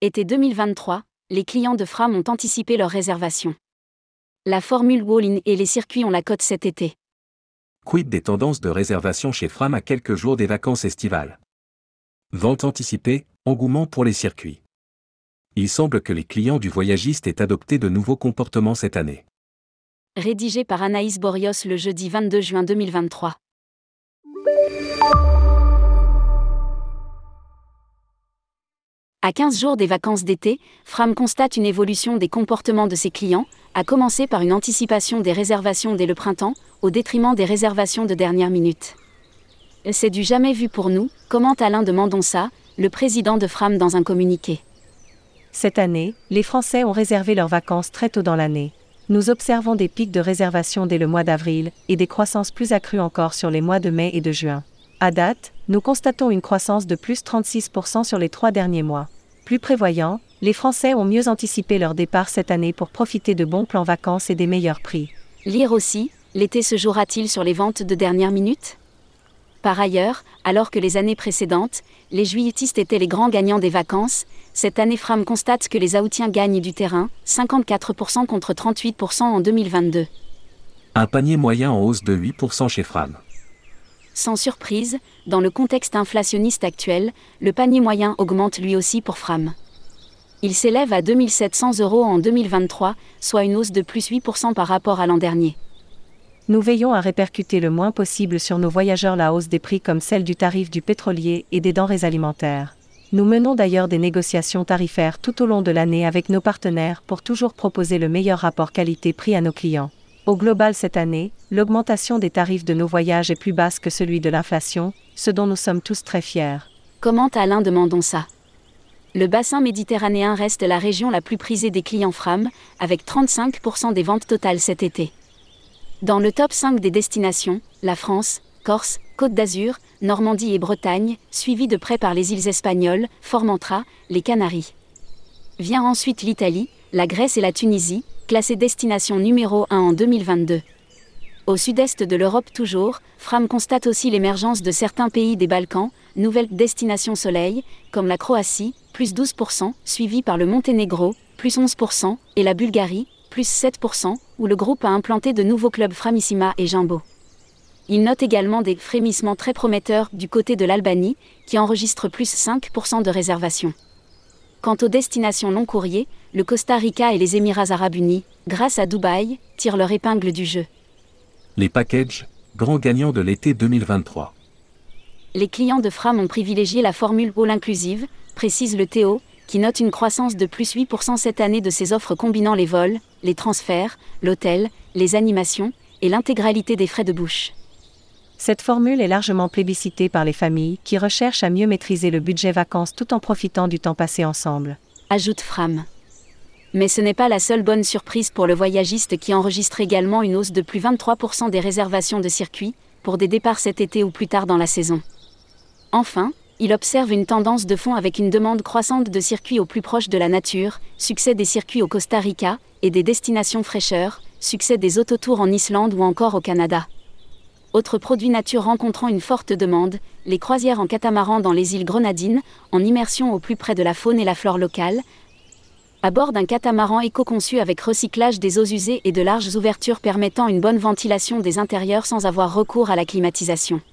Été 2023, les clients de Fram ont anticipé leurs réservations. La formule All-in et les circuits ont la cote cet été. Quid des tendances de réservation chez Fram à quelques jours des vacances estivales? Vente anticipée, engouement pour les circuits. Il semble que les clients du voyagiste aient adopté de nouveaux comportements cette année. Rédigé par Anaïs Borios le jeudi 22 juin 2023. À 15 jours des vacances d'été, Fram constate une évolution des comportements de ses clients, à commencer par une anticipation des réservations dès le printemps, au détriment des réservations de dernière minute. C'est du jamais vu pour nous, commente Alain de Mendonça, le président de Fram dans un communiqué. Cette année, les Français ont réservé leurs vacances très tôt dans l'année. Nous observons des pics de réservation dès le mois d'avril, et des croissances plus accrues encore sur les mois de mai et de juin. À date, nous constatons une croissance de plus 36% sur les 3 derniers mois. Plus prévoyants, les Français ont mieux anticipé leur départ cette année pour profiter de bons plans vacances et des meilleurs prix. Lire aussi, l'été se jouera-t-il sur les ventes de dernière minute ? Par ailleurs, alors que les années précédentes, les juilletistes étaient les grands gagnants des vacances, cette année Fram constate que les aoûtiens gagnent du terrain, 54% contre 38% en 2022. Un panier moyen en hausse de 8% chez Fram. Sans surprise, dans le contexte inflationniste actuel, le panier moyen augmente lui aussi pour Fram. Il s'élève à 2 700 € en 2023, soit une hausse de plus 8% par rapport à l'an dernier. Nous veillons à répercuter le moins possible sur nos voyageurs la hausse des prix comme celle du tarif du pétrolier et des denrées alimentaires. Nous menons d'ailleurs des négociations tarifaires tout au long de l'année avec nos partenaires pour toujours proposer le meilleur rapport qualité-prix à nos clients. Au global cette année, l'augmentation des tarifs de nos voyages est plus basse que celui de l'inflation, ce dont nous sommes tous très fiers. Commente Alain de Mendonça. Le bassin méditerranéen reste la région la plus prisée des clients Fram, avec 35% des ventes totales cet été. Dans le top 5 des destinations, la France, Corse, Côte d'Azur, Normandie et Bretagne, suivies de près par les îles espagnoles, Formentera, les Canaries. Vient ensuite l'Italie, la Grèce et la Tunisie, classées destination numéro 1 en 2022. Au sud-est de l'Europe toujours, Fram constate aussi l'émergence de certains pays des Balkans, nouvelles destinations soleil, comme la Croatie, plus 12%, suivie par le Monténégro, plus 11%, et la Bulgarie, plus 7%, où le groupe a implanté de nouveaux clubs Framissima et Jumbo. Il note également des frémissements très prometteurs du côté de l'Albanie, qui enregistre plus 5% de réservations. Quant aux destinations long courrier, le Costa Rica et les Émirats Arabes Unis, grâce à Dubaï, tirent leur épingle du jeu. Les packages, grands gagnants de l'été 2023. Les clients de Fram ont privilégié la formule All Inclusive, précise le Théo, qui note une croissance de plus 8% cette année de ses offres combinant les vols, les transferts, l'hôtel, les animations et l'intégralité des frais de bouche. Cette formule est largement plébiscitée par les familles qui recherchent à mieux maîtriser le budget vacances tout en profitant du temps passé ensemble. Ajoute Fram. Mais ce n'est pas la seule bonne surprise pour le voyagiste qui enregistre également une hausse de plus 23% des réservations de circuits, pour des départs cet été ou plus tard dans la saison. Enfin, il observe une tendance de fond avec une demande croissante de circuits au plus proche de la nature, succès des circuits au Costa Rica, et des destinations fraîcheurs, succès des autotours en Islande ou encore au Canada. Autre produit nature rencontrant une forte demande, les croisières en catamaran dans les îles Grenadines, en immersion au plus près de la faune et la flore locale, à bord d'un catamaran éco-conçu avec recyclage des eaux usées et de larges ouvertures permettant une bonne ventilation des intérieurs sans avoir recours à la climatisation.